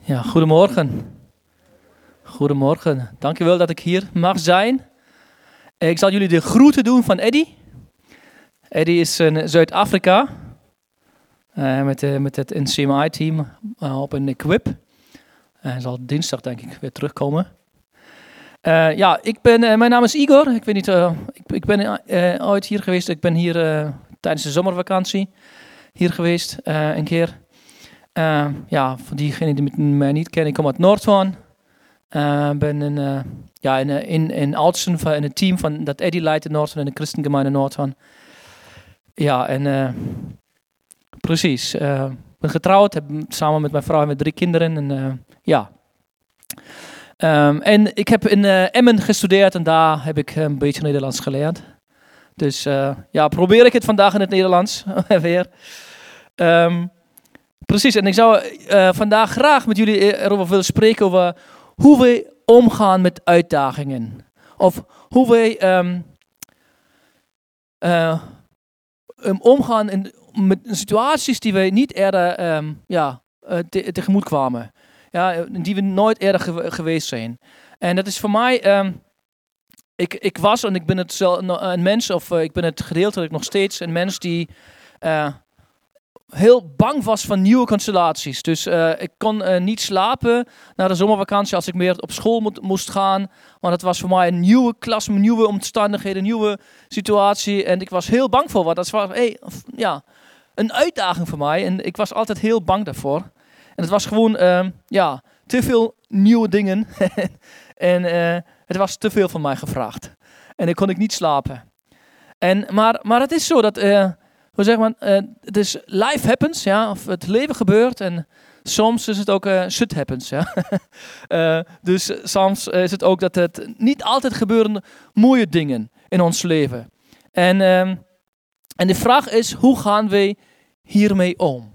Ja, goedemorgen. Goedemorgen. Dankjewel dat ik hier mag zijn. Ik zal jullie de groeten doen van Eddy. Eddy is in Zuid-Afrika met het NCMI-team op een equip. Hij zal dinsdag denk ik weer terugkomen. Mijn naam is Igor. Ik weet niet, ik ben ooit hier geweest. Ik ben hier tijdens de zomervakantie hier geweest een keer. Voor diegenen die mij niet kennen, ik kom uit Noordhoorn. Ben in Oudsten in het team van dat Eddy leidt in Noordhoorn, in de Christengemeinde Noordhoorn. Precies. Ik ben getrouwd, heb samen met mijn vrouw en met 3 kinderen. En ik heb in Emmen gestudeerd en daar heb ik een beetje Nederlands geleerd. Dus probeer ik het vandaag in het Nederlands weer. Precies, en ik zou vandaag graag met jullie erover willen spreken over hoe we omgaan met uitdagingen. Of hoe we omgaan met situaties die we niet eerder tegemoet kwamen. Ja, die we nooit eerder geweest zijn. En dat is voor mij, ik was en ik ben het een mens, of ik ben het gedeeltelijk nog steeds een mens die heel bang was van nieuwe constellaties. Dus ik kon niet slapen na de zomervakantie als ik meer op school moest gaan. Want het was voor mij een nieuwe klas, nieuwe omstandigheden, een nieuwe situatie. En ik was heel bang voor wat. Dat was een uitdaging voor mij. En ik was altijd heel bang daarvoor. En het was gewoon te veel nieuwe dingen. En het was te veel van mij gevraagd. En ik kon niet slapen. Maar het is zo dat... het is life happens, ja, of het leven gebeurt en soms is het ook shit happens, ja. Dus soms is het ook dat het niet altijd gebeuren mooie dingen in ons leven. En de vraag is, hoe gaan we hiermee om?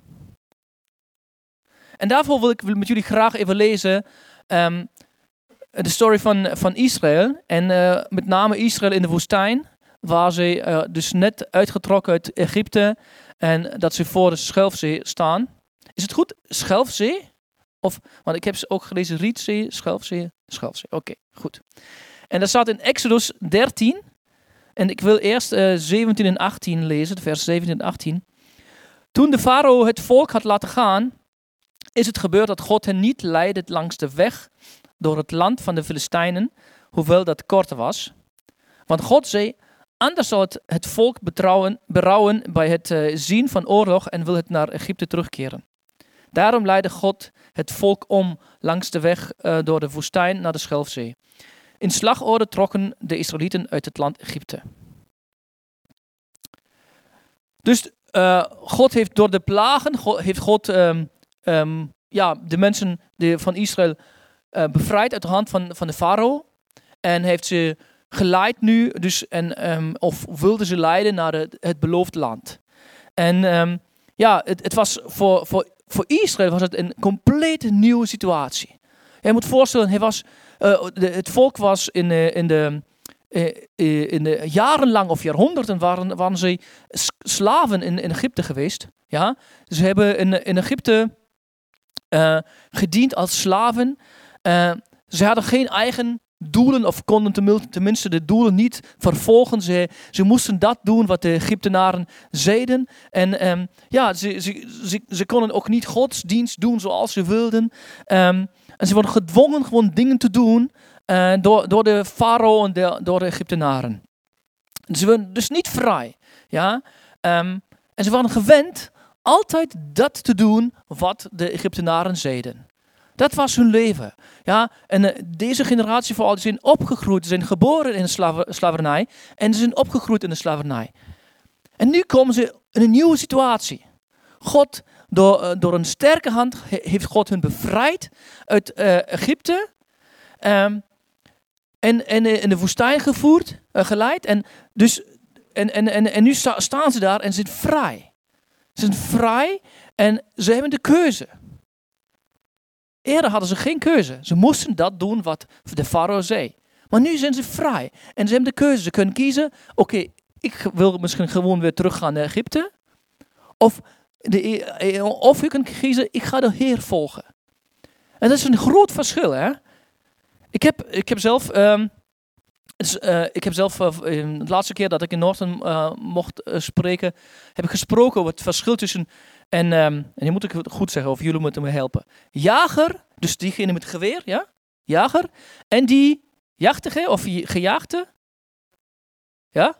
En daarvoor wil ik met jullie graag even lezen de story van Israël en met name Israël in de woestijn. Waar ze dus net uitgetrokken uit Egypte en dat ze voor de Schelfzee staan. Is het goed? Schelfzee? Want ik heb ze ook gelezen, Rietzee, Schelfzee. Oké, goed. En dat staat in Exodus 13. En ik wil eerst 17 en 18 lezen, vers 17 en 18. Toen de farao het volk had laten gaan, is het gebeurd dat God hen niet leidde langs de weg door het land van de Filistijnen, hoewel dat kort was. Want God zei... Anders zal het volk berouwen bij het zien van oorlog en wil het naar Egypte terugkeren. Daarom leidde God het volk om langs de weg door de woestijn naar de Schelfzee. In slagorde trokken de Israëlieten uit het land Egypte. Dus God heeft door de plagen, de mensen van Israël bevrijd uit de hand van de farao. En heeft ze geleid nu, dus, of wilden ze leiden naar het beloofde land. En het was voor Israël was het een compleet nieuwe situatie. Je moet voorstellen, het volk was in de jarenlang of jaarhonderden waren ze slaven in Egypte geweest. Ja? Dus ze hebben in Egypte gediend als slaven. Ze hadden geen eigen doelen of konden tenminste de doelen niet vervolgen. Ze moesten dat doen wat de Egyptenaren zeiden. En ze konden ook niet godsdienst doen zoals ze wilden. En ze worden gedwongen gewoon dingen te doen door de farao en door de Egyptenaren. Ze waren dus niet vrij. Ja? En ze waren gewend altijd dat te doen wat de Egyptenaren zeiden. Dat was hun leven. Ja? En deze generatie vooral zijn opgegroeid, zijn geboren in de slavernij en ze zijn opgegroeid in de slavernij. En nu komen ze in een nieuwe situatie. God, door een sterke hand, heeft God hun bevrijd uit Egypte en in de woestijn geleid. En nu staan ze daar en zijn vrij. Ze zijn vrij en ze hebben de keuze. Eerder hadden ze geen keuze. Ze moesten dat doen wat de farao zei. Maar nu zijn ze vrij. En ze hebben de keuze. Ze kunnen kiezen. Oké, ik wil misschien gewoon weer teruggaan naar Egypte. Of je kunt kiezen, ik ga de Heer volgen. En dat is een groot verschil, hè. Ik heb zelf de laatste keer dat ik in Norton mocht spreken, heb ik gesproken over het verschil tussen, en die moet ik goed zeggen, of jullie moeten me helpen. Jager, dus diegene met geweer, ja? Jager. En die jachtige of gejaagde, ja?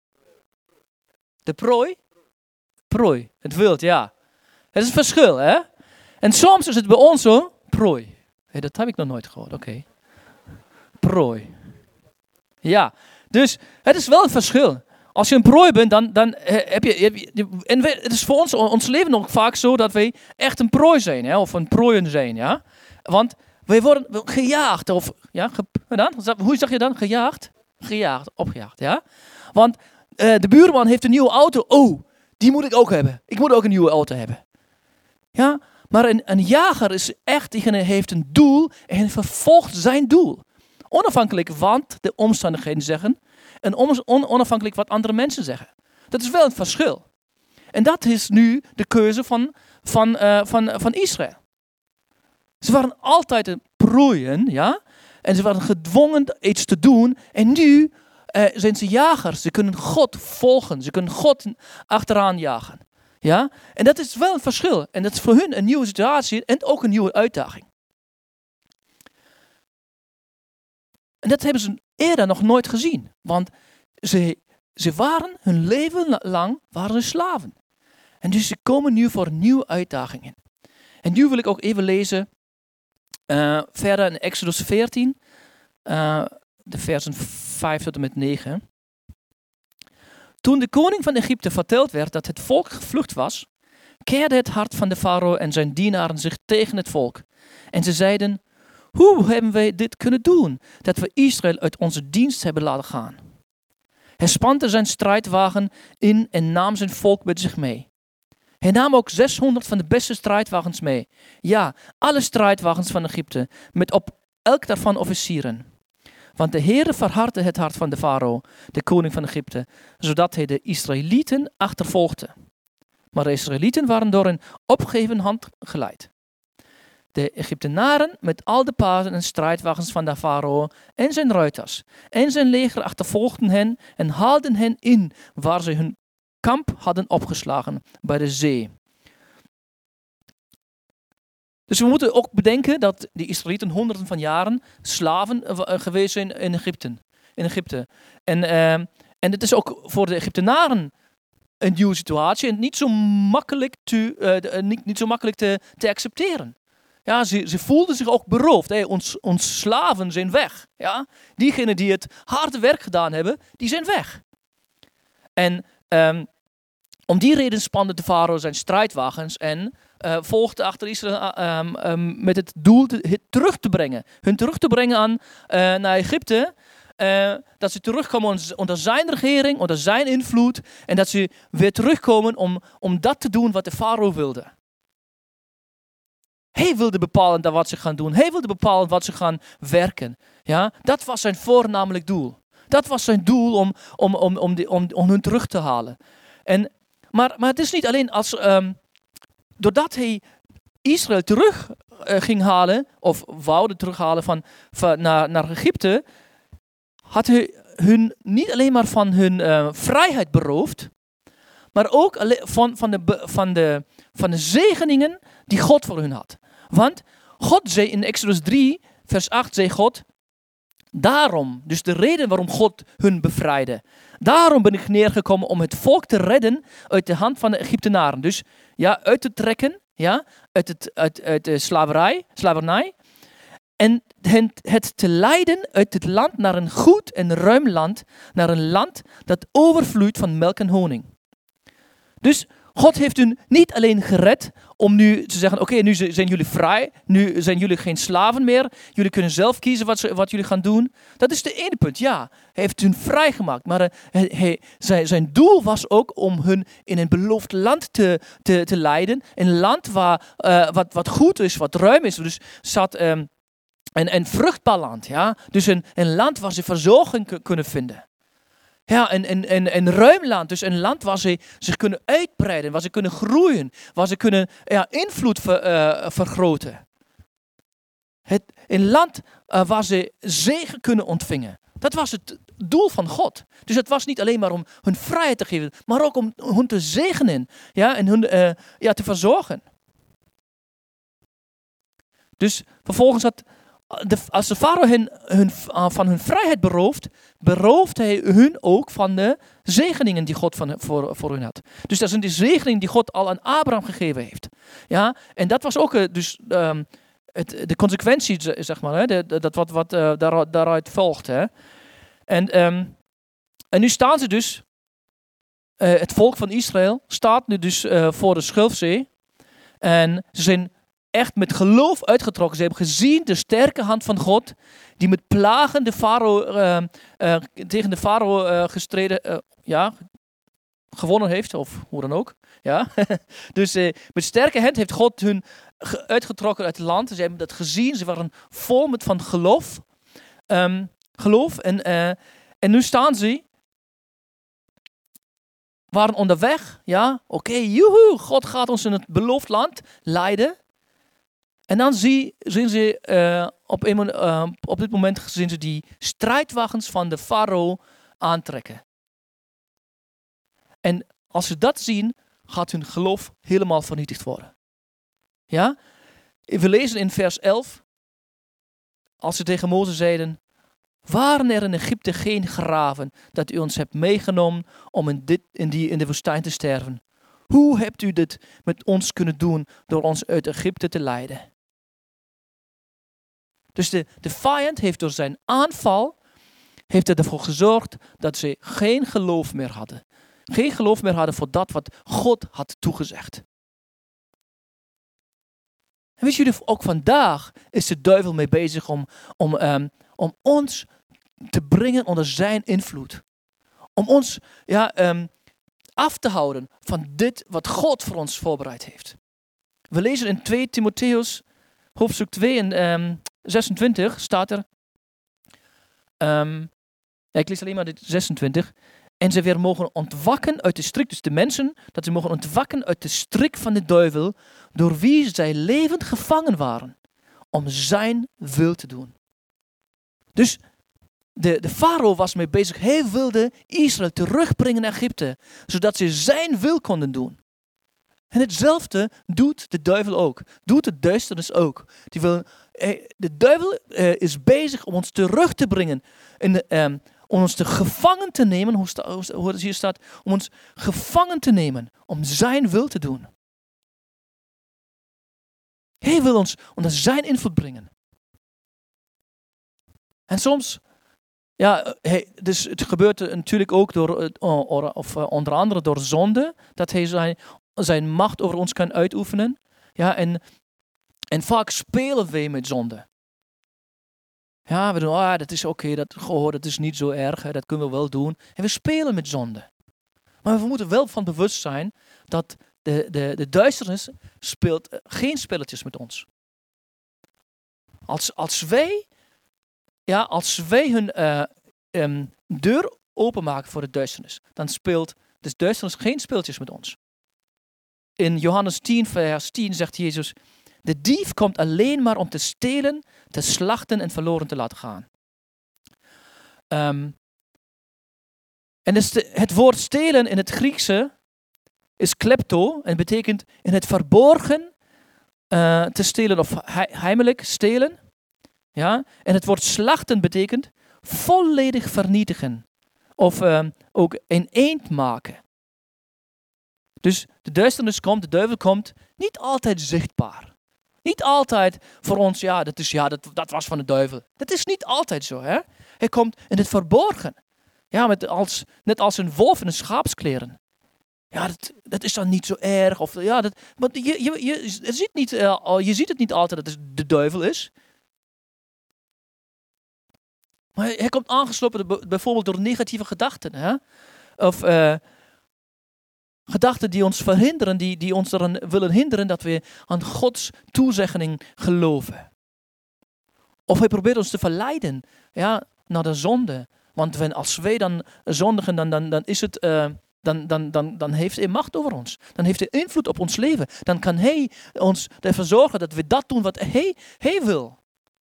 De prooi? Prooi, het wild, ja. Het is een verschil, hè? En soms is het bij ons zo, prooi. Hey, dat heb ik nog nooit gehoord, oké. Prooi. Ja, dus het is wel een verschil. Als je een prooi bent, dan heb je... En het is voor ons leven nog vaak zo dat wij echt een prooi zijn, hè? Of een prooien zijn, ja. Want wij worden gejaagd, of... Ja, hoe zeg je dan? Gejaagd? Gejaagd, opgejaagd, ja. Want de buurman heeft een nieuwe auto. Oh, die moet ik ook hebben. Ik moet ook een nieuwe auto hebben. Ja, maar een jager is echt, diegene heeft een doel en vervolgt zijn doel. Onafhankelijk wat de omstandigheden zeggen en onafhankelijk wat andere mensen zeggen. Dat is wel een verschil. En dat is nu de keuze van Israël. Ze waren altijd een proeien, ja. En ze waren gedwongen iets te doen. En nu zijn ze jagers. Ze kunnen God volgen. Ze kunnen God achteraan jagen. Ja? En dat is wel een verschil. En dat is voor hun een nieuwe situatie en ook een nieuwe uitdaging. En dat hebben ze eerder nog nooit gezien. Want ze waren hun leven lang waren slaven. En dus ze komen nu voor nieuwe uitdagingen. En nu wil ik ook even lezen verder in Exodus 14. De versen 5 tot en met 9. Toen de koning van Egypte verteld werd dat het volk gevlucht was, keerde het hart van de farao en zijn dienaren zich tegen het volk. En ze zeiden, hoe hebben wij dit kunnen doen, dat we Israël uit onze dienst hebben laten gaan? Hij spande zijn strijdwagen in en nam zijn volk met zich mee. Hij nam ook 600 van de beste strijdwagens mee. Ja, alle strijdwagens van Egypte, met op elk daarvan officieren. Want de Heere verhardde het hart van de farao, de koning van Egypte, zodat hij de Israëlieten achtervolgde. Maar de Israëlieten waren door een opgeheven hand geleid. De Egyptenaren met al de paarden en strijdwagens van de farao en zijn ruiters en zijn leger achtervolgden hen en haalden hen in waar ze hun kamp hadden opgeslagen bij de zee. Dus we moeten ook bedenken dat de Israëlieten honderden van jaren slaven geweest zijn in Egypte. En het is ook voor de Egyptenaren een nieuwe situatie en niet zo makkelijk te accepteren. Ja, ze voelden zich ook beroofd. Hey, ons slaven zijn weg. Ja? Diegenen die het harde werk gedaan hebben, die zijn weg. En om die reden spande de farao zijn strijdwagens en volgde achter Israël met het doel hun terug te brengen naar Egypte. Dat ze terugkomen onder zijn regering, onder zijn invloed. En dat ze weer terugkomen om dat te doen wat de farao wilde. Hij wilde bepalen wat ze gaan doen. Hij wilde bepalen wat ze gaan werken. Ja? Dat was zijn voornamelijk doel. Dat was zijn doel om hun terug te halen. Maar het is niet alleen doordat hij Israël terug ging halen, of woude terughalen naar Egypte, had hij hun niet alleen maar van hun vrijheid beroofd, maar ook van de zegeningen die God voor hun had. Want God zei in Exodus 3, vers 8, zei God, daarom, dus de reden waarom God hun bevrijdde, daarom ben ik neergekomen om het volk te redden uit de hand van de Egyptenaren. Dus ja, uit te trekken, ja, uit de slavernij. En het te leiden uit het land naar een goed en ruim land, naar een land dat overvloeit van melk en honing. Dus God heeft hun niet alleen gered om nu te zeggen, oké, nu zijn jullie vrij, nu zijn jullie geen slaven meer, jullie kunnen zelf kiezen wat jullie gaan doen. Dat is de ene punt, ja. Hij heeft hun vrijgemaakt, maar zijn doel was ook om hun in een beloofd land te leiden. Een land wat goed is, wat ruim is. Dus zat een vruchtbaar land, ja. Dus een land waar ze verzorging kunnen vinden. Ja, een ruim land, dus een land waar ze zich kunnen uitbreiden, waar ze kunnen groeien, waar ze kunnen invloed vergroten. Een land waar ze zegen kunnen ontvangen. Dat was het doel van God. Dus het was niet alleen maar om hun vrijheid te geven, maar ook om hun te zegenen. Ja, en hun te verzorgen. Dus vervolgens als de farao van hun vrijheid berooft hij hun ook van de zegeningen die God voor hun had. Dus dat zijn de zegeningen die God al aan Abraham gegeven heeft. Ja, en dat was ook de consequentie, zeg maar, hè, dat wat daaruit volgt. Hè. En nu staan ze dus, het volk van Israël staat nu dus voor de Schilfzee. En ze zijn echt met geloof uitgetrokken. Ze hebben gezien de sterke hand van God, die met plagen tegen de farao gestreden, gewonnen heeft, of hoe dan ook. Ja. Dus met sterke hand heeft God hun uitgetrokken uit het land. Ze hebben dat gezien. Ze waren vol van geloof. En nu staan ze. Waren onderweg. Ja, oké, joehoe. God gaat ons in het beloofd land leiden. En dan zien ze op dit moment zien ze die strijdwagens van de farao aantrekken. En als ze dat zien, gaat hun geloof helemaal vernietigd worden. Ja? We lezen in vers 11, als ze tegen Mozes zeiden, waren er in Egypte geen graven dat u ons hebt meegenomen om in de woestijn te sterven? Hoe hebt u dit met ons kunnen doen door ons uit Egypte te leiden? Dus de vijand heeft door zijn aanval ervoor gezorgd dat ze geen geloof meer hadden. Geen geloof meer hadden voor dat wat God had toegezegd. En weet jullie, ook vandaag is de duivel mee bezig om ons te brengen onder zijn invloed. Om ons af te houden van dit wat God voor ons voorbereid heeft. We lezen in 2 Timotheus, hoofdstuk 2 en 26 staat er. Ik lees alleen maar dit 26. En ze weer mogen ontwakken uit de strik, dus de mensen, dat ze mogen ontwakken uit de strik van de duivel, door wie zij levend gevangen waren, om zijn wil te doen. Dus de farao was mee bezig, hij wilde Israël terugbrengen naar Egypte, zodat ze zijn wil konden doen. En hetzelfde doet de duivel ook, doet de duisternis ook. De duivel is bezig om ons terug te brengen, om ons te gevangen te nemen, hoe het hier staat, om ons gevangen te nemen, om zijn wil te doen. Hij wil ons onder zijn invloed brengen. En soms, dus het gebeurt natuurlijk ook onder andere door zonde, dat hij zijn macht over ons kan uitoefenen. Ja, en vaak spelen we met zonde. Ja, we doen, dat is oké, dat is niet zo erg, dat kunnen we wel doen. En we spelen met zonde. Maar we moeten wel van bewust zijn dat de duisternis speelt geen spelletjes met ons. Als wij hun deur openmaken voor de duisternis, dan speelt de duisternis geen speeltjes met ons. In Johannes 10, vers 10 zegt Jezus, de dief komt alleen maar om te stelen, te slachten en verloren te laten gaan. En dus het woord stelen in het Griekse is klepto en betekent in het verborgen te stelen of heimelijk stelen. Ja? En het woord slachten betekent volledig vernietigen of ook ineend maken. Dus de duisternis komt, de duivel komt, niet altijd zichtbaar. Niet altijd voor ons, dat was van de duivel. Dat is niet altijd zo. Hè? Hij komt in het verborgen. Ja, net als een wolf in een schaapskleren. Ja, dat is dan niet zo erg. Maar je ziet het niet altijd dat het de duivel is. Maar hij komt aangeslopen bijvoorbeeld door negatieve gedachten. Hè? Of gedachten die ons verhinderen, die ons eraan willen hinderen dat we aan Gods toezegging geloven. Of hij probeert ons te verleiden naar de zonde. Want als wij dan zondigen, dan is het, dan heeft hij macht over ons. Dan heeft hij invloed op ons leven. Dan kan hij ons ervoor zorgen dat we dat doen wat hij wil.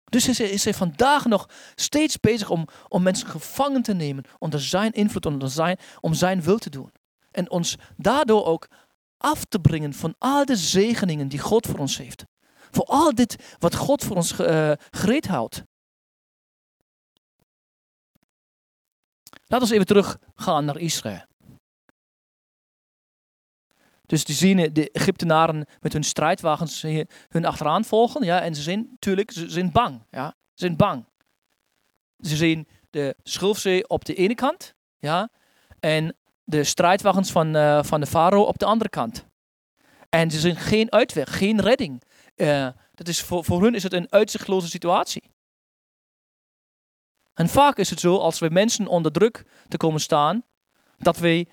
Dus is hij vandaag nog steeds bezig om mensen gevangen te nemen onder zijn invloed, om zijn wil te doen. En ons daardoor ook af te brengen van al de zegeningen die God voor ons heeft. Voor al dit wat God voor ons gereed houdt. Laten we even teruggaan naar Israël. Dus die zien de Egyptenaren met hun strijdwagens hun achteraan volgen. Ja, en ze zijn bang. Ja, ze zijn bang. Ze zien de Schilfzee op de ene kant. Ja, en de strijdwagens van de farao op de andere kant. En ze zien geen uitweg, geen redding. Dat is voor hun is het een uitzichtloze situatie. En vaak is het zo, als we mensen onder druk te komen staan, dat we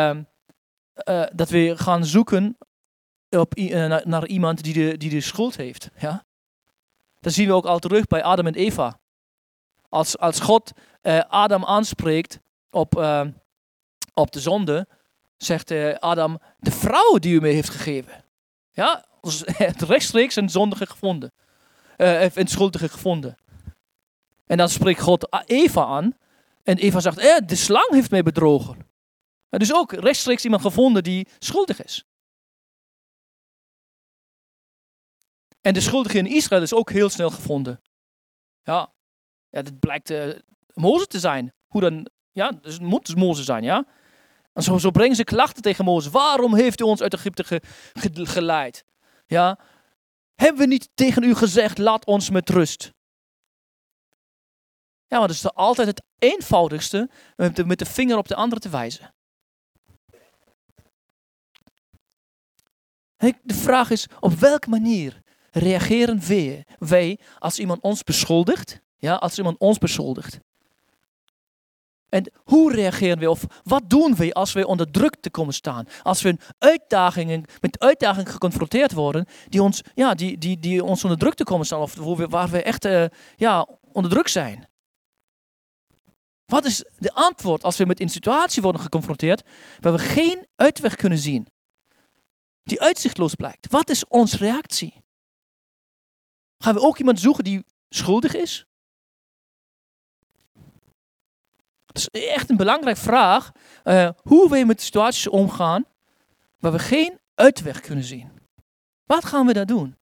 gaan zoeken naar iemand die de schuld heeft. Ja? Dat zien we ook al terug bij Adam en Eva. Als God Adam aanspreekt op de zonde, zegt Adam, de vrouw die u mij heeft gegeven. Ja, rechtstreeks een zondige gevonden. Een schuldige gevonden. En dan spreekt God Eva aan. En Eva zegt, de slang heeft mij bedrogen. En dus ook rechtstreeks iemand gevonden die schuldig is. En de schuldige in Israël is ook heel snel gevonden. Ja dat blijkt Mozes te zijn. Hoe dan? Ja, dus het moet dus Mozes zijn, ja. En zo brengen ze klachten tegen Mozes. Waarom heeft u ons uit Egypte geleid? Ja. Hebben we niet tegen u gezegd, laat ons met rust? Ja, maar dat is altijd het eenvoudigste met de vinger op de andere te wijzen. De vraag is, op welke manier reageren wij als iemand ons beschuldigt? Ja, als iemand ons beschuldigt. En hoe reageren we, of wat doen we als we onder druk te komen staan? Als we met uitdagingen geconfronteerd worden die ons onder druk te komen staan, of waar we echt onder druk zijn. Wat is de antwoord als we met een situatie worden geconfronteerd waar we geen uitweg kunnen zien? Die uitzichtloos blijkt. Wat is onze reactie? Gaan we ook iemand zoeken die schuldig is? Dat is echt een belangrijke vraag. Hoe we met situaties omgaan waar we geen uitweg kunnen zien. Wat gaan we daar doen?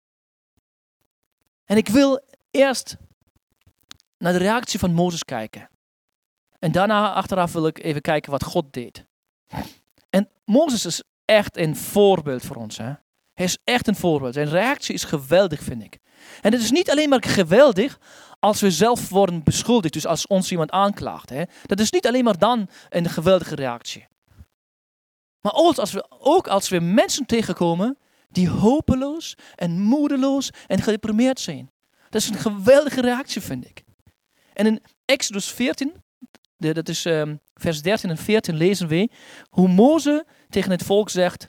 En ik wil eerst naar de reactie van Mozes kijken. En daarna achteraf wil ik even kijken wat God deed. En Mozes is echt een voorbeeld voor ons. Hè? Hij is echt een voorbeeld. Zijn reactie is geweldig, vind ik. En het is niet alleen maar geweldig als we zelf worden beschuldigd. Dus als ons iemand aanklaagt. Hè? Dat is niet alleen maar dan een geweldige reactie. Maar ook als we mensen tegenkomen die hopeloos en moedeloos en gedeprimeerd zijn. Dat is een geweldige reactie, vind ik. En in Exodus 14, dat is vers 13 en 14, lezen we hoe Mozes tegen het volk zegt: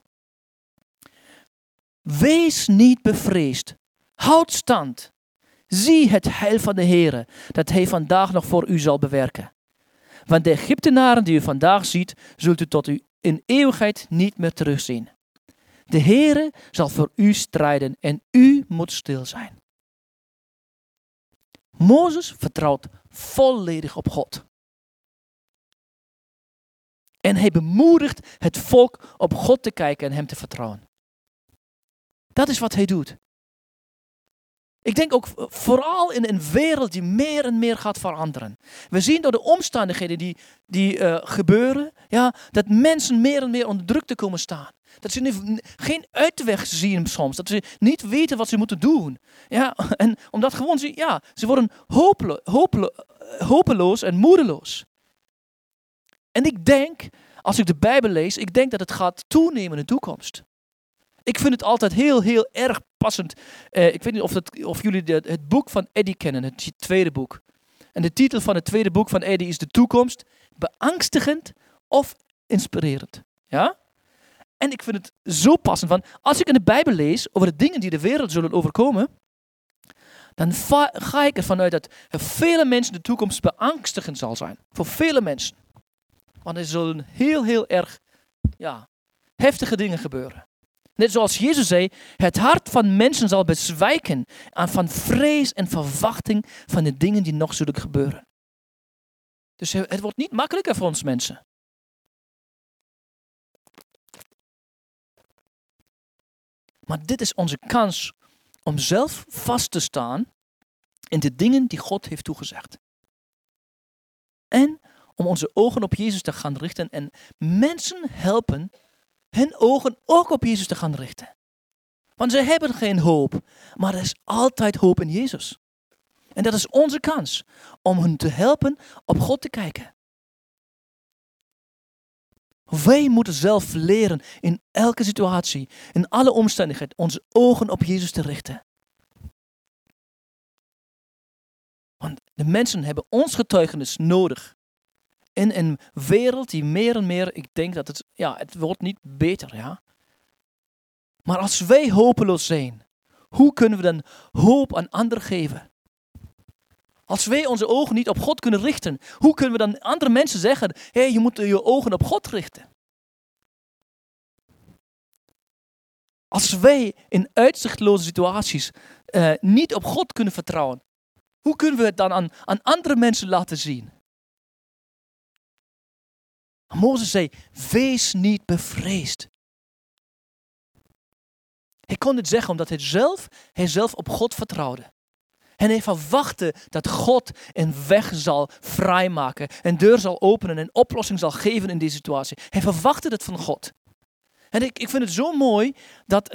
wees niet bevreesd, houd stand. Zie het heil van de Heere, dat hij vandaag nog voor u zal bewerken. Want de Egyptenaren die u vandaag ziet, zult u tot u in eeuwigheid niet meer terugzien. De Heere zal voor u strijden en u moet stil zijn. Mozes vertrouwt volledig op God. En hij bemoedigt het volk op God te kijken en hem te vertrouwen. Dat is wat hij doet. Ik denk ook vooral in een wereld die meer en meer gaat veranderen. We zien door de omstandigheden die gebeuren, dat mensen meer en meer onder druk te komen staan. Dat ze geen uitweg zien soms. Dat ze niet weten wat ze moeten doen. Ja, en omdat gewoon ze worden hopeloos en moedeloos. En ik denk, als ik de Bijbel lees, ik denk dat het gaat toenemen in de toekomst. Ik vind het altijd heel, heel erg passend. Ik weet niet of jullie het boek van Eddie kennen, het tweede boek. En de titel van het tweede boek van Eddie is De Toekomst. Beangstigend of inspirerend. Ja? En ik vind het zo passend. Want als ik in de Bijbel lees over de dingen die de wereld zullen overkomen, dan ga ik ervan uit dat er vele mensen de toekomst beangstigend zal zijn. Voor vele mensen. Want er zullen heel, heel erg heftige dingen gebeuren. Net zoals Jezus zei, het hart van mensen zal bezwijken aan van vrees en verwachting van de dingen die nog zullen gebeuren. Dus het wordt niet makkelijker voor ons mensen. Maar dit is onze kans om zelf vast te staan in de dingen die God heeft toegezegd. En om onze ogen op Jezus te gaan richten en mensen helpen hun ogen ook op Jezus te gaan richten. Want ze hebben geen hoop, maar er is altijd hoop in Jezus. En dat is onze kans om hen te helpen op God te kijken. Wij moeten zelf leren in elke situatie, in alle omstandigheden, onze ogen op Jezus te richten. Want de mensen hebben ons getuigenis nodig. In een wereld die meer en meer, ik denk dat het wordt niet beter, ja. Maar als wij hopeloos zijn, hoe kunnen we dan hoop aan anderen geven? Als wij onze ogen niet op God kunnen richten, hoe kunnen we dan andere mensen zeggen, hey, je moet je ogen op God richten? Als wij in uitzichtloze situaties niet op God kunnen vertrouwen, hoe kunnen we het dan aan andere mensen laten zien? Mozes zei, wees niet bevreesd. Hij kon dit zeggen omdat hij zelf op God vertrouwde. En hij verwachtte dat God een weg zal vrijmaken, een deur zal openen, een oplossing zal geven in deze situatie. Hij verwachtte dat van God. En ik vind het zo mooi dat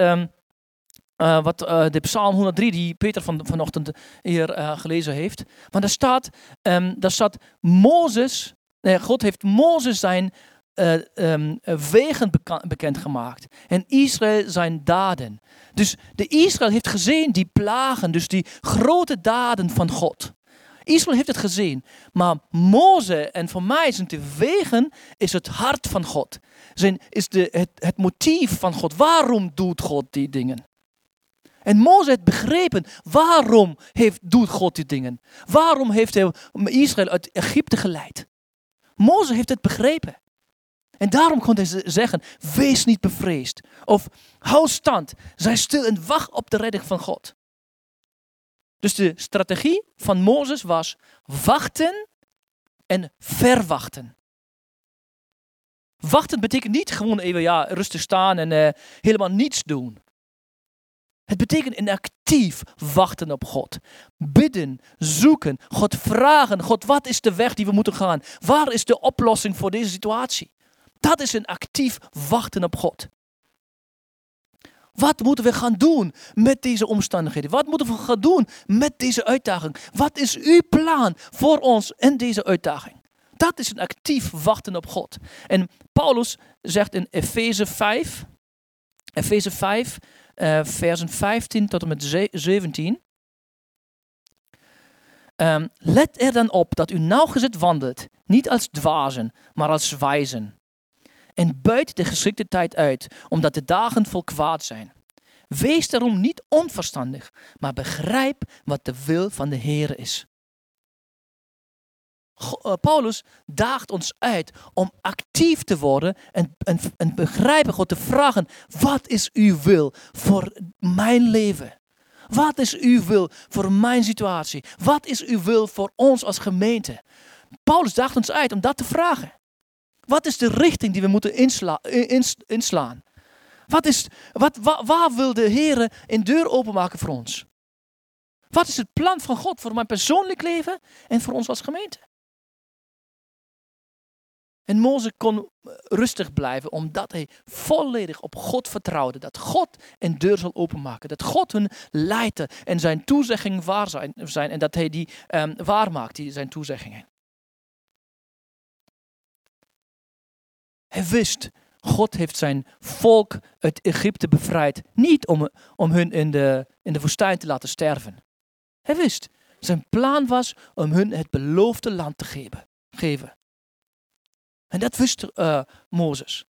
de Psalm 103 die Peter vanochtend hier gelezen heeft. Want daar staat God heeft Mozes zijn wegen bekendgemaakt. En Israël zijn daden. Dus de Israël heeft gezien die plagen, dus die grote daden van God. Israël heeft het gezien. Maar Mozes en voor mij zijn de wegen is het hart van God. Is het motief van God. Waarom doet God die dingen? En Mozes heeft begrepen, waarom doet God die dingen? Waarom heeft hij Israël uit Egypte geleid? Mozes heeft het begrepen. En daarom kon hij zeggen, wees niet bevreesd. Of hou stand, zij stil en wacht op de redding van God. Dus de strategie van Mozes was wachten en verwachten. Wachten betekent niet gewoon even rustig staan en helemaal niets doen. Het betekent een actief wachten op God. Bidden, zoeken, God vragen. God, wat is de weg die we moeten gaan? Waar is de oplossing voor deze situatie? Dat is een actief wachten op God. Wat moeten we gaan doen met deze omstandigheden? Wat moeten we gaan doen met deze uitdaging? Wat is uw plan voor ons in deze uitdaging? Dat is een actief wachten op God. En Paulus zegt in Efeze 5, versen 15 tot en met 17. Let er dan op dat u nauwgezet wandelt, niet als dwazen, maar als wijzen. En buit de geschikte tijd uit, omdat de dagen vol kwaad zijn. Wees daarom niet onverstandig, maar begrijp wat de wil van de Heer is. Paulus daagt ons uit om actief te worden en begrijpen, God te vragen, wat is uw wil voor mijn leven? Wat is uw wil voor mijn situatie? Wat is uw wil voor ons als gemeente? Paulus daagt ons uit om dat te vragen. Wat is de richting die we moeten inslaan? Waar wil de Heer een deur openmaken voor ons? Wat is het plan van God voor mijn persoonlijk leven en voor ons als gemeente? En Mozes kon rustig blijven omdat hij volledig op God vertrouwde. Dat God een deur zal openmaken. Dat God hun leidde en zijn toezeggingen waar zijn. En dat hij die waarmaakt, zijn toezeggingen. Hij wist, God heeft zijn volk uit Egypte bevrijd. Niet om hun in de woestijn te laten sterven. Hij wist, zijn plan was om hun het beloofde land te geven. En dat wist Mozes.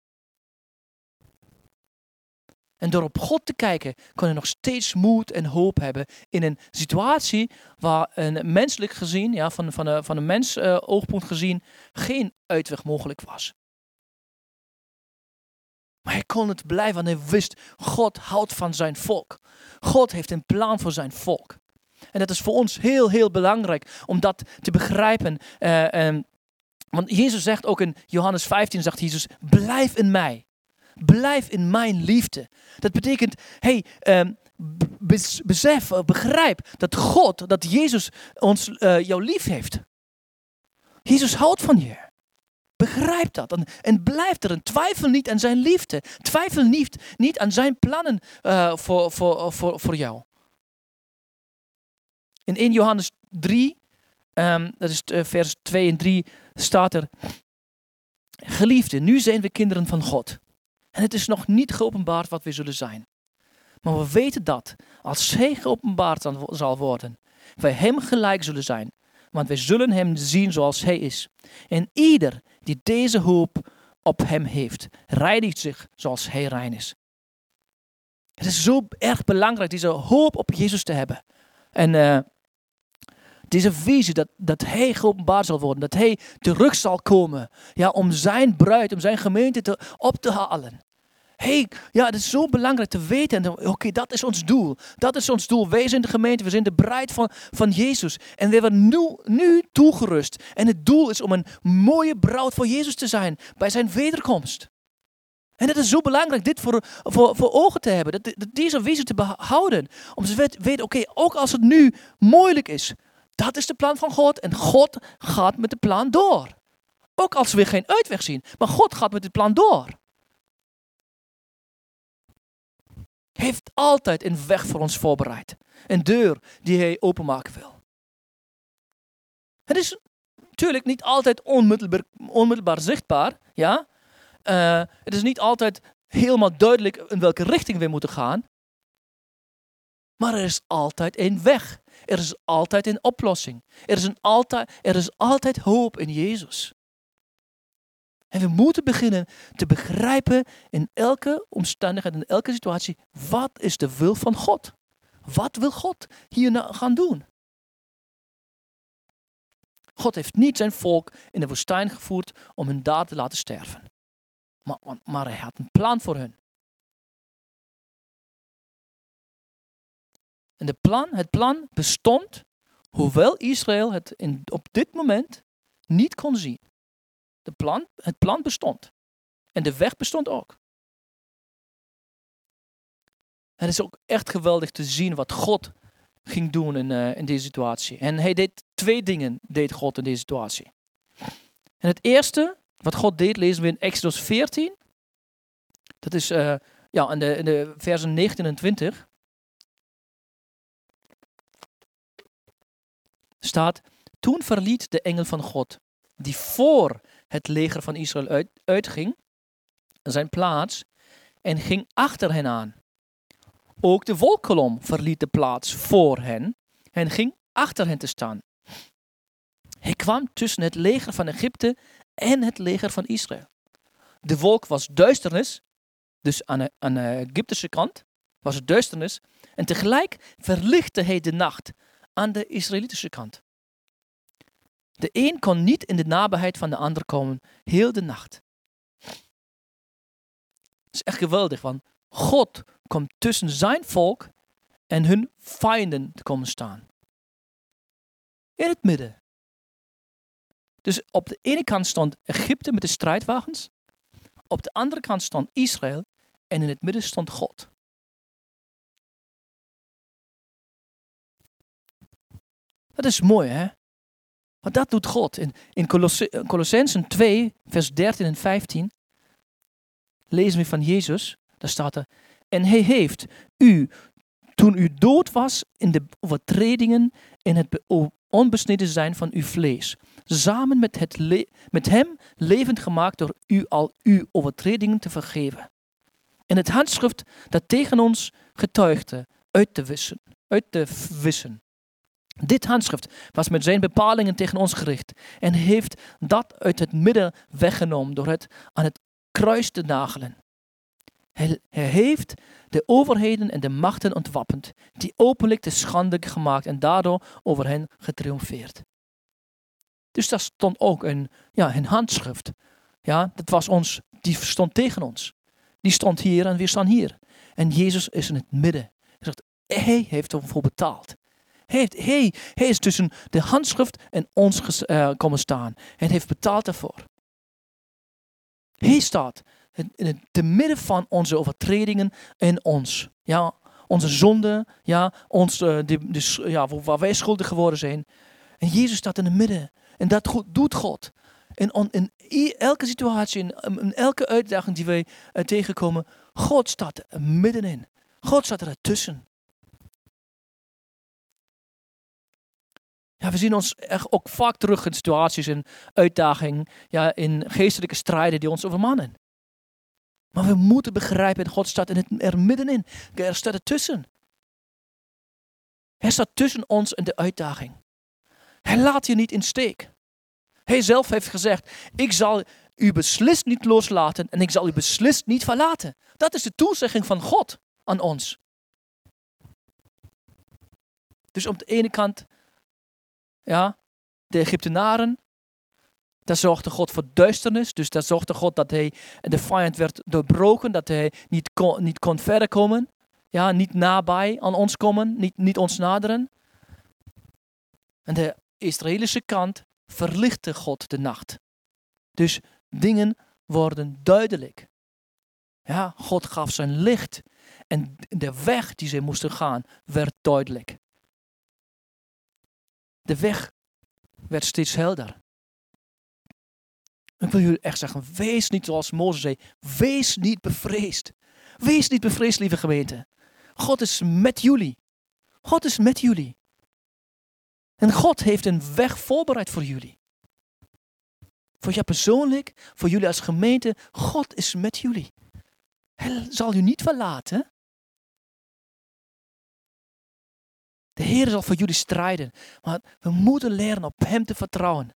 En door op God te kijken, kon hij nog steeds moed en hoop hebben in een situatie waar een menselijk gezien, van een mens oogpunt gezien, geen uitweg mogelijk was. Maar hij kon het blijven, want hij wist, God houdt van zijn volk. God heeft een plan voor zijn volk. En dat is voor ons heel, heel belangrijk om dat te begrijpen. Want Jezus zegt ook in Johannes 15, zegt Jezus, blijf in mij. Blijf in mijn liefde. Dat betekent, besef, begrijp dat God, dat Jezus jou lief heeft. Jezus houdt van je. Begrijp dat en blijf erin. Twijfel niet aan zijn liefde. Twijfel niet aan zijn plannen voor jou. In 1 Johannes 3, dat is vers 2 en 3, staat er: Geliefden, nu zijn we kinderen van God. En het is nog niet geopenbaard wat we zullen zijn. Maar we weten dat, als hij geopenbaard zal worden, wij hem gelijk zullen zijn. Want wij zullen hem zien zoals hij is. En ieder die deze hoop op hem heeft, reinigt zich zoals hij rein is. Het is zo erg belangrijk deze hoop op Jezus te hebben. En deze visie dat hij geopenbaard zal worden. Dat hij terug zal komen. Ja, om zijn bruid, om zijn gemeente op te halen. Het is zo belangrijk te weten. Oké, dat is ons doel. Dat is ons doel. Wij zijn de gemeente. We zijn de bruid van Jezus. En we worden nu toegerust. En het doel is om een mooie bruid voor Jezus te zijn. Bij zijn wederkomst. En het is zo belangrijk dit voor ogen te hebben. Dat deze visie te behouden. Om te weten, oké, ook als het nu moeilijk is. Dat is de plan van God. En God gaat met de plan door. Ook als we geen uitweg zien. Maar God gaat met het plan door. Hij heeft altijd een weg voor ons voorbereid. Een deur die hij openmaken wil. Het is natuurlijk niet altijd onmiddelbaar zichtbaar. Ja? Het is niet altijd helemaal duidelijk in welke richting we moeten gaan. Maar er is altijd een weg. Er is altijd een oplossing. Er is altijd hoop in Jezus. En we moeten beginnen te begrijpen in elke omstandigheid, in elke situatie, wat is de wil van God? Wat wil God hier gaan doen? God heeft niet zijn volk in de woestijn gevoerd om hen daar te laten sterven. Maar hij had een plan voor hen. En het plan bestond, hoewel Israël het op dit moment niet kon zien. Het plan bestond. En de weg bestond ook. Het is ook echt geweldig te zien wat God ging doen in deze situatie. En hij deed 2 dingen, deed God in deze situatie. En het eerste wat God deed, lezen we in Exodus 14. Dat is in de versen 19 en 20. Staat, toen verliet de engel van God, die voor het leger van Israël uitging, zijn plaats en ging achter hen aan. Ook de wolkkolom verliet de plaats voor hen en ging achter hen te staan. Hij kwam tussen het leger van Egypte en het leger van Israël. De wolk was duisternis, dus aan de Egyptische kant was het duisternis, en tegelijk verlichtte hij de nacht aan de Israëlitische kant. De een kon niet in de nabijheid van de ander komen, heel de nacht. Het is echt geweldig, want God komt tussen zijn volk en hun vijanden te komen staan. In het midden. Dus op de ene kant stond Egypte met de strijdwagens. Op de andere kant stond Israël en in het midden stond God. Dat is mooi, hè? Want dat doet God. In Colossenzen 2, vers 13 en 15 lezen we van Jezus. Daar staat er, en hij heeft u, toen u dood was in de overtredingen en het onbesneden zijn van uw vlees, samen met hem levend gemaakt door u al uw overtredingen te vergeven. En het handschrift dat tegen ons getuigde uit te wissen. Dit handschrift was met zijn bepalingen tegen ons gericht en heeft dat uit het midden weggenomen door het aan het kruis te nagelen. Hij heeft de overheden en de machten ontwapend, die openlijk te schande gemaakt en daardoor over hen getriomfeerd. Dus daar stond ook een handschrift. Ja, dat was die stond tegen ons. Die stond hier en we staan hier. En Jezus is in het midden. Hij zegt, hij heeft ervoor betaald. Hij is tussen de handschrift en ons komen staan. En heeft betaald daarvoor. Hij staat in het te midden van onze overtredingen en ons. Ja, onze zonden, ja, waar wij schuldig geworden zijn. En Jezus staat in het midden. En dat doet God. En in elke situatie, in elke uitdaging die wij tegenkomen, God staat er middenin. God staat er ertussen. Ja, we zien ons echt ook vaak terug in situaties en uitdagingen, ja, in geestelijke strijden die ons overmannen. Maar we moeten begrijpen, God staat er middenin. Er staat ertussen. Hij staat tussen ons en de uitdaging. Hij laat je niet in steek. Hij zelf heeft gezegd, ik zal u beslist niet loslaten en ik zal u beslist niet verlaten. Dat is de toezegging van God aan ons. Dus op de ene kant, ja, de Egyptenaren, daar zorgde God voor duisternis. Dus daar zorgde God dat de vijand werd doorbroken, dat hij niet kon verder komen. Ja, niet nabij aan ons komen, niet ons naderen. En de Israëlische kant verlichtte God de nacht. Dus dingen worden duidelijk. Ja, God gaf zijn licht. En de weg die zij moesten gaan, werd duidelijk. De weg werd steeds helder. Ik wil jullie echt zeggen, wees niet zoals Mozes zei, wees niet bevreesd. Wees niet bevreesd, lieve gemeente. God is met jullie. God is met jullie. En God heeft een weg voorbereid voor jullie. Voor jou persoonlijk, voor jullie als gemeente. God is met jullie. Hij zal u niet verlaten. De Heer zal voor jullie strijden. Maar we moeten leren op Hem te vertrouwen.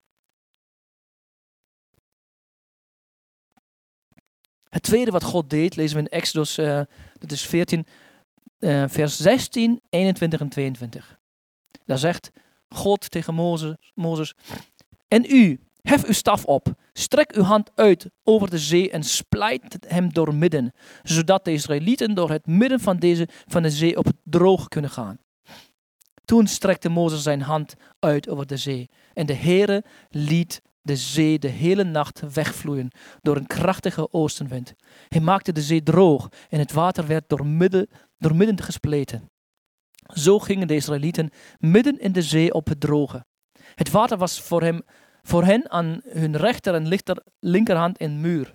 Het tweede wat God deed, lezen we in Exodus, dat is 14, vers 16, 21 en 22. Daar zegt God tegen Mozes, en u, hef uw staf op, strek uw hand uit over de zee en splijt hem doormidden, zodat de Israëlieten door het midden van de zee op het droge kunnen gaan. Toen strekte Mozes zijn hand uit over de zee en de Heere liet de zee de hele nacht wegvloeien door een krachtige oostenwind. Hij maakte de zee droog en het water werd doormidden gespleten. Zo gingen de Israëlieten midden in de zee op het droge. Het water was voor hen aan hun rechter en linkerhand een muur.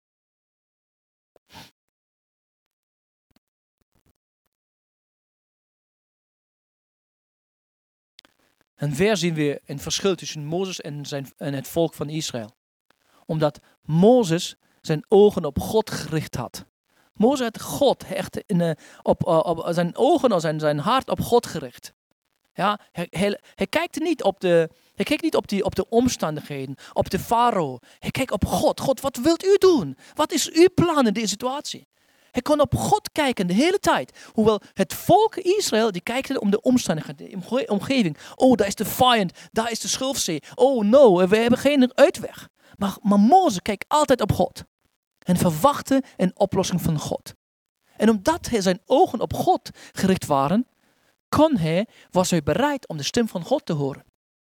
En weer zien we een verschil tussen Mozes en het volk van Israël. Omdat Mozes zijn ogen op God gericht had. Mozes had God echt op zijn ogen, zijn hart op God gericht. Ja, hij kijkt niet op de omstandigheden, op de farao. Hij kijkt op God. God, wat wilt u doen? Wat is uw plan in deze situatie? Hij kon op God kijken de hele tijd. Hoewel het volk Israël, die kijkt om de omstandigheden, de omgeving. Oh, daar is de vijand, daar is de schulfzee. Oh no, we hebben geen uitweg. Maar Mozes kijkt altijd op God. En verwachtte een oplossing van God. En omdat zijn ogen op God gericht waren, was hij bereid om de stem van God te horen.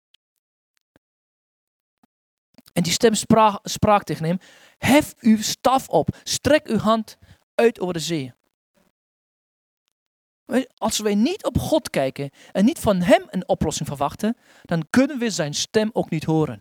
En die stem sprak tegen hem, hef uw staf op, strek uw hand uit over de zee. Als wij niet op God kijken en niet van hem een oplossing verwachten, dan kunnen we zijn stem ook niet horen.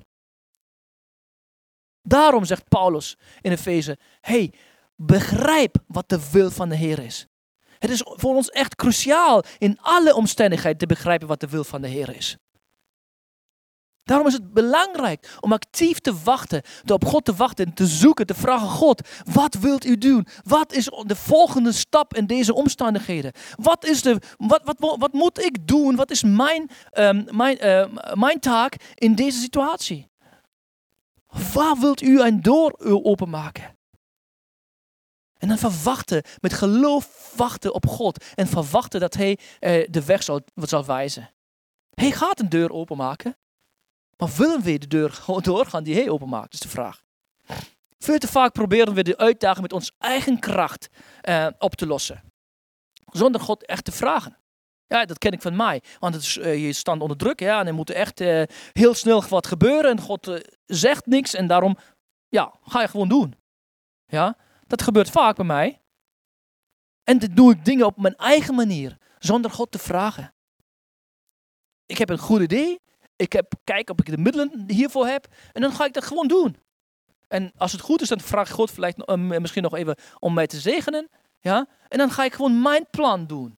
Daarom zegt Paulus in Efeze, begrijp wat de wil van de Heer is. Het is voor ons echt cruciaal in alle omstandigheden te begrijpen wat de wil van de Heer is. Daarom is het belangrijk om actief te wachten, op God te wachten en te zoeken, te vragen, God, wat wilt u doen? Wat is de volgende stap in deze omstandigheden? Wat moet ik doen? Wat is mijn taak in deze situatie? Waar wilt u een deur openmaken? En dan verwachten, met geloof wachten op God en verwachten dat hij de weg zal wijzen. Hij gaat een deur openmaken. Maar willen we de deur gewoon doorgaan die hij openmaakt, is de vraag. Veel te vaak proberen we de uitdaging met onze eigen kracht op te lossen. Zonder God echt te vragen. Ja, dat ken ik van mij. Want het is, je staat onder druk, ja, en er moet echt heel snel wat gebeuren. En God zegt niks en daarom, ja, ga je gewoon doen. Ja, dat gebeurt vaak bij mij. En dan doe ik dingen op mijn eigen manier, zonder God te vragen. Ik heb een goed idee. Kijk of ik de middelen hiervoor heb. En dan ga ik dat gewoon doen. En als het goed is, dan vraag ik God misschien nog even om mij te zegenen. Ja? En dan ga ik gewoon mijn plan doen.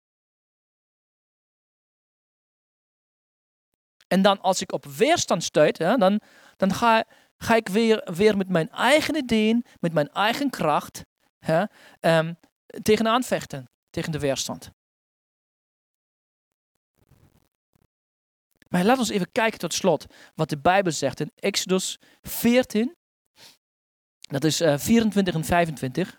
En dan als ik op weerstand stuit, ja, dan ga ik weer met mijn eigen ideeën, met mijn eigen kracht, ja, tegenaan vechten, tegen de weerstand. Maar laten we even kijken tot slot wat de Bijbel zegt in Exodus 14. Dat is 24 en 25.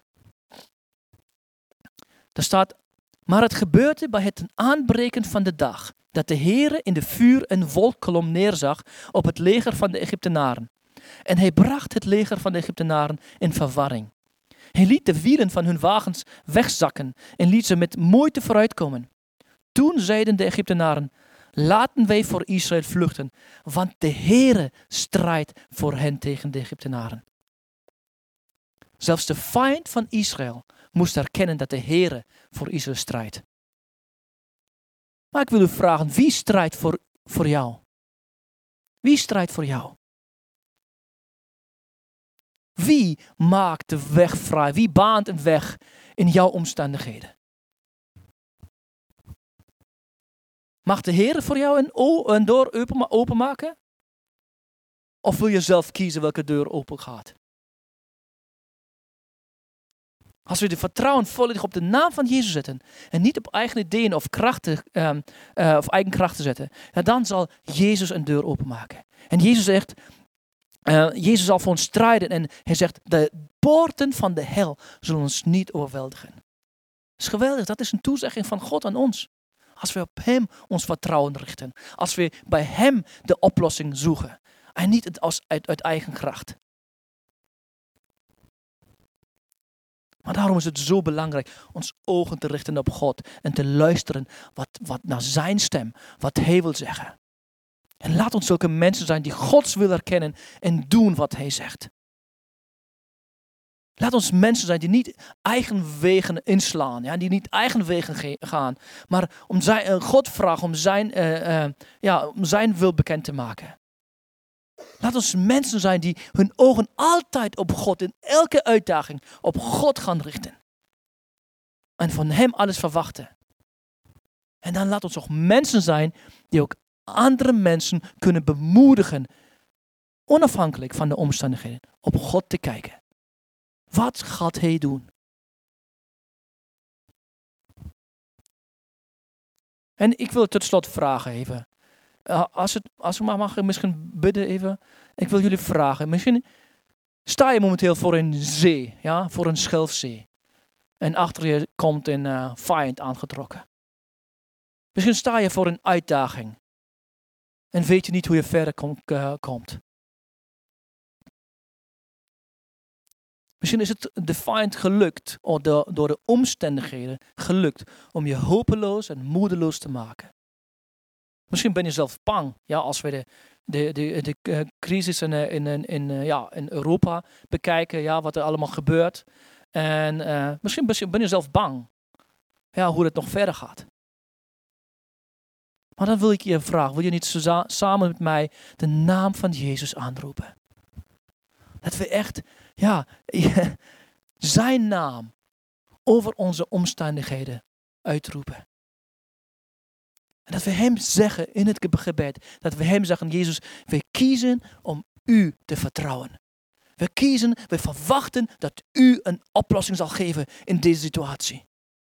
Daar staat, maar het gebeurde bij het aanbreken van de dag, dat de Heere in de vuur- en wolkkolom neerzag op het leger van de Egyptenaren. En hij bracht het leger van de Egyptenaren in verwarring. Hij liet de wielen van hun wagens wegzakken en liet ze met moeite vooruitkomen. Toen zeiden de Egyptenaren, laten wij voor Israël vluchten, want de Heere strijdt voor hen tegen de Egyptenaren. Zelfs de vijand van Israël moest erkennen dat de Heere voor Israël strijdt. Maar ik wil u vragen, wie strijdt voor jou? Wie strijdt voor jou? Wie maakt de weg vrij? Wie baant een weg in jouw omstandigheden? Mag de Heer voor jou een deur openmaken? Of wil je zelf kiezen welke deur open gaat? Als we de vertrouwen volledig op de naam van Jezus zetten en niet op eigen ideeën of krachten, of eigen krachten zetten, dan zal Jezus een deur openmaken. En Jezus zegt, Jezus zal voor ons strijden en hij zegt, de poorten van de hel zullen ons niet overweldigen. Dat is geweldig, dat is een toezegging van God aan ons. Als we op hem ons vertrouwen richten. Als we bij hem de oplossing zoeken. En niet uit eigen kracht. Maar daarom is het zo belangrijk ons ogen te richten op God. En te luisteren wat naar zijn stem. Wat hij wil zeggen. En laat ons zulke mensen zijn die Gods wil herkennen en doen wat hij zegt. Laat ons mensen zijn die niet eigen wegen inslaan. Ja, die niet eigen wegen gaan. Maar om God vragen om zijn wil bekend te maken. Laat ons mensen zijn die hun ogen altijd op God in elke uitdaging op God gaan richten. En van hem alles verwachten. En dan laat ons ook mensen zijn die ook andere mensen kunnen bemoedigen. Onafhankelijk van de omstandigheden. Op God te kijken. Wat gaat hij doen? En ik wil tot slot vragen even. Als ik mag misschien bidden even. Ik wil jullie vragen. Misschien sta je momenteel voor een zee. Ja, voor een schelfzee. En achter je komt een vijand aangetrokken. Misschien sta je voor een uitdaging. En weet je niet hoe je verder komt. Misschien is het de vijand gelukt, of door de omstandigheden gelukt, om je hopeloos en moedeloos te maken. Misschien ben je zelf bang, ja, als we de crisis in Europa bekijken, ja, wat er allemaal gebeurt. En misschien ben je zelf bang, ja, hoe het nog verder gaat. Maar dan wil ik je vragen, wil je niet samen met mij de naam van Jezus aanroepen? Dat we echt, zijn naam over onze omstandigheden uitroepen. En dat we hem zeggen in het gebed, dat we hem zeggen, Jezus, we kiezen om u te vertrouwen. We verwachten dat u een oplossing zal geven in deze situatie.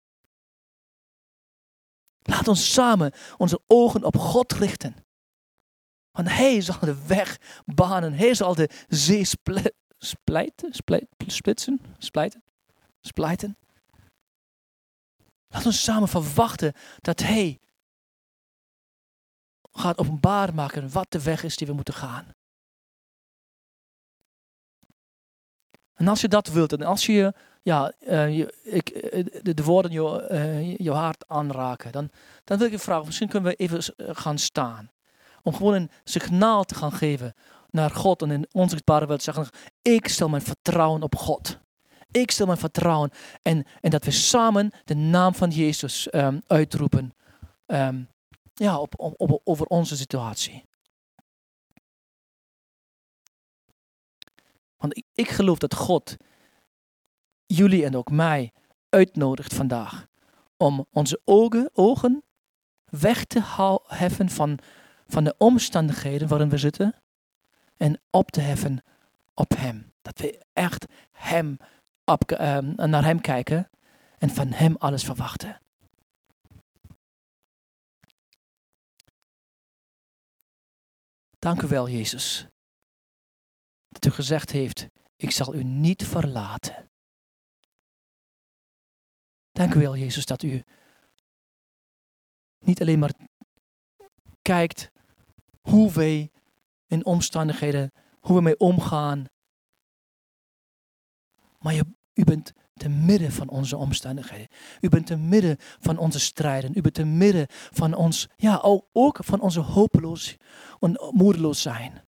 Laat ons samen onze ogen op God richten. Want hij zal de weg banen. Hij zal de zee splijten. Laat ons samen verwachten dat hij gaat openbaar maken wat de weg is die we moeten gaan. En als je dat wilt, en als je, de woorden je hart aanraken, dan wil ik je vragen, misschien kunnen we even gaan staan. Om gewoon een signaal te gaan geven naar God en in onze zichtbare wereld zeggen, ik stel mijn vertrouwen op God. Ik stel mijn vertrouwen en dat we samen de naam van Jezus uitroepen over onze situatie. Want ik geloof dat God jullie en ook mij uitnodigt vandaag om onze ogen weg te heffen van de omstandigheden waarin we zitten en op te heffen op Hem. Dat we echt naar Hem kijken en van Hem alles verwachten. Dank u wel, Jezus, dat u gezegd heeft, ik zal u niet verlaten. Dank u wel, Jezus, dat u niet alleen maar kijkt hoe wij in omstandigheden, hoe we mee omgaan. Maar u bent te midden van onze omstandigheden. U bent te midden van onze strijden. U bent te midden van ons, ook van onze hopeloos en moedeloos zijn.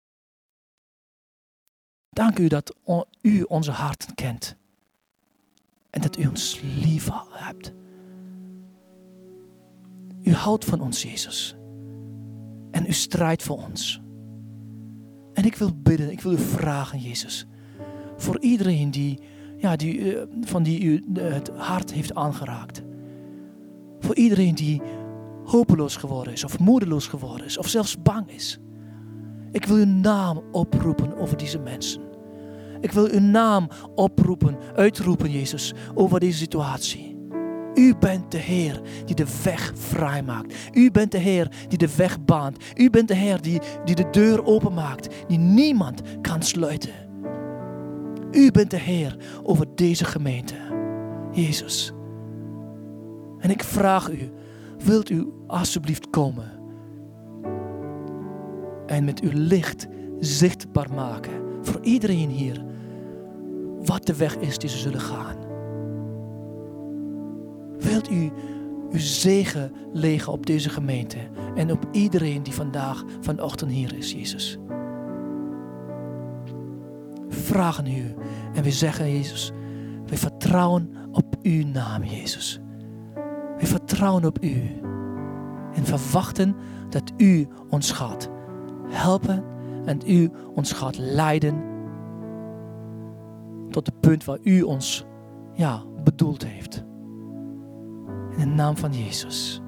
Dank u dat u onze harten kent. En dat u ons lief hebt. U houdt van ons, Jezus. En u strijdt voor ons. En ik wil bidden, ik wil u vragen, Jezus. Voor iedereen die u het hart heeft aangeraakt. Voor iedereen die hopeloos geworden is, of moedeloos geworden is, of zelfs bang is. Ik wil uw naam oproepen over deze mensen. Ik wil uw naam uitroepen, Jezus, over deze situatie. U bent de Heer die de weg vrij maakt. U bent de Heer die de weg baant. U bent de Heer die de deur openmaakt, die niemand kan sluiten. U bent de Heer over deze gemeente, Jezus. En ik vraag u, wilt u alsjeblieft komen en met uw licht zichtbaar maken voor iedereen hier wat de weg is die ze zullen gaan. Wilt u uw zegen leggen op deze gemeente en op iedereen die vanochtend hier is, Jezus. We vragen u en we zeggen, Jezus, we vertrouwen op uw naam, Jezus. We vertrouwen op u en verwachten dat u ons gaat helpen en u ons gaat leiden tot het punt waar u ons bedoeld heeft. In de naam van Jezus.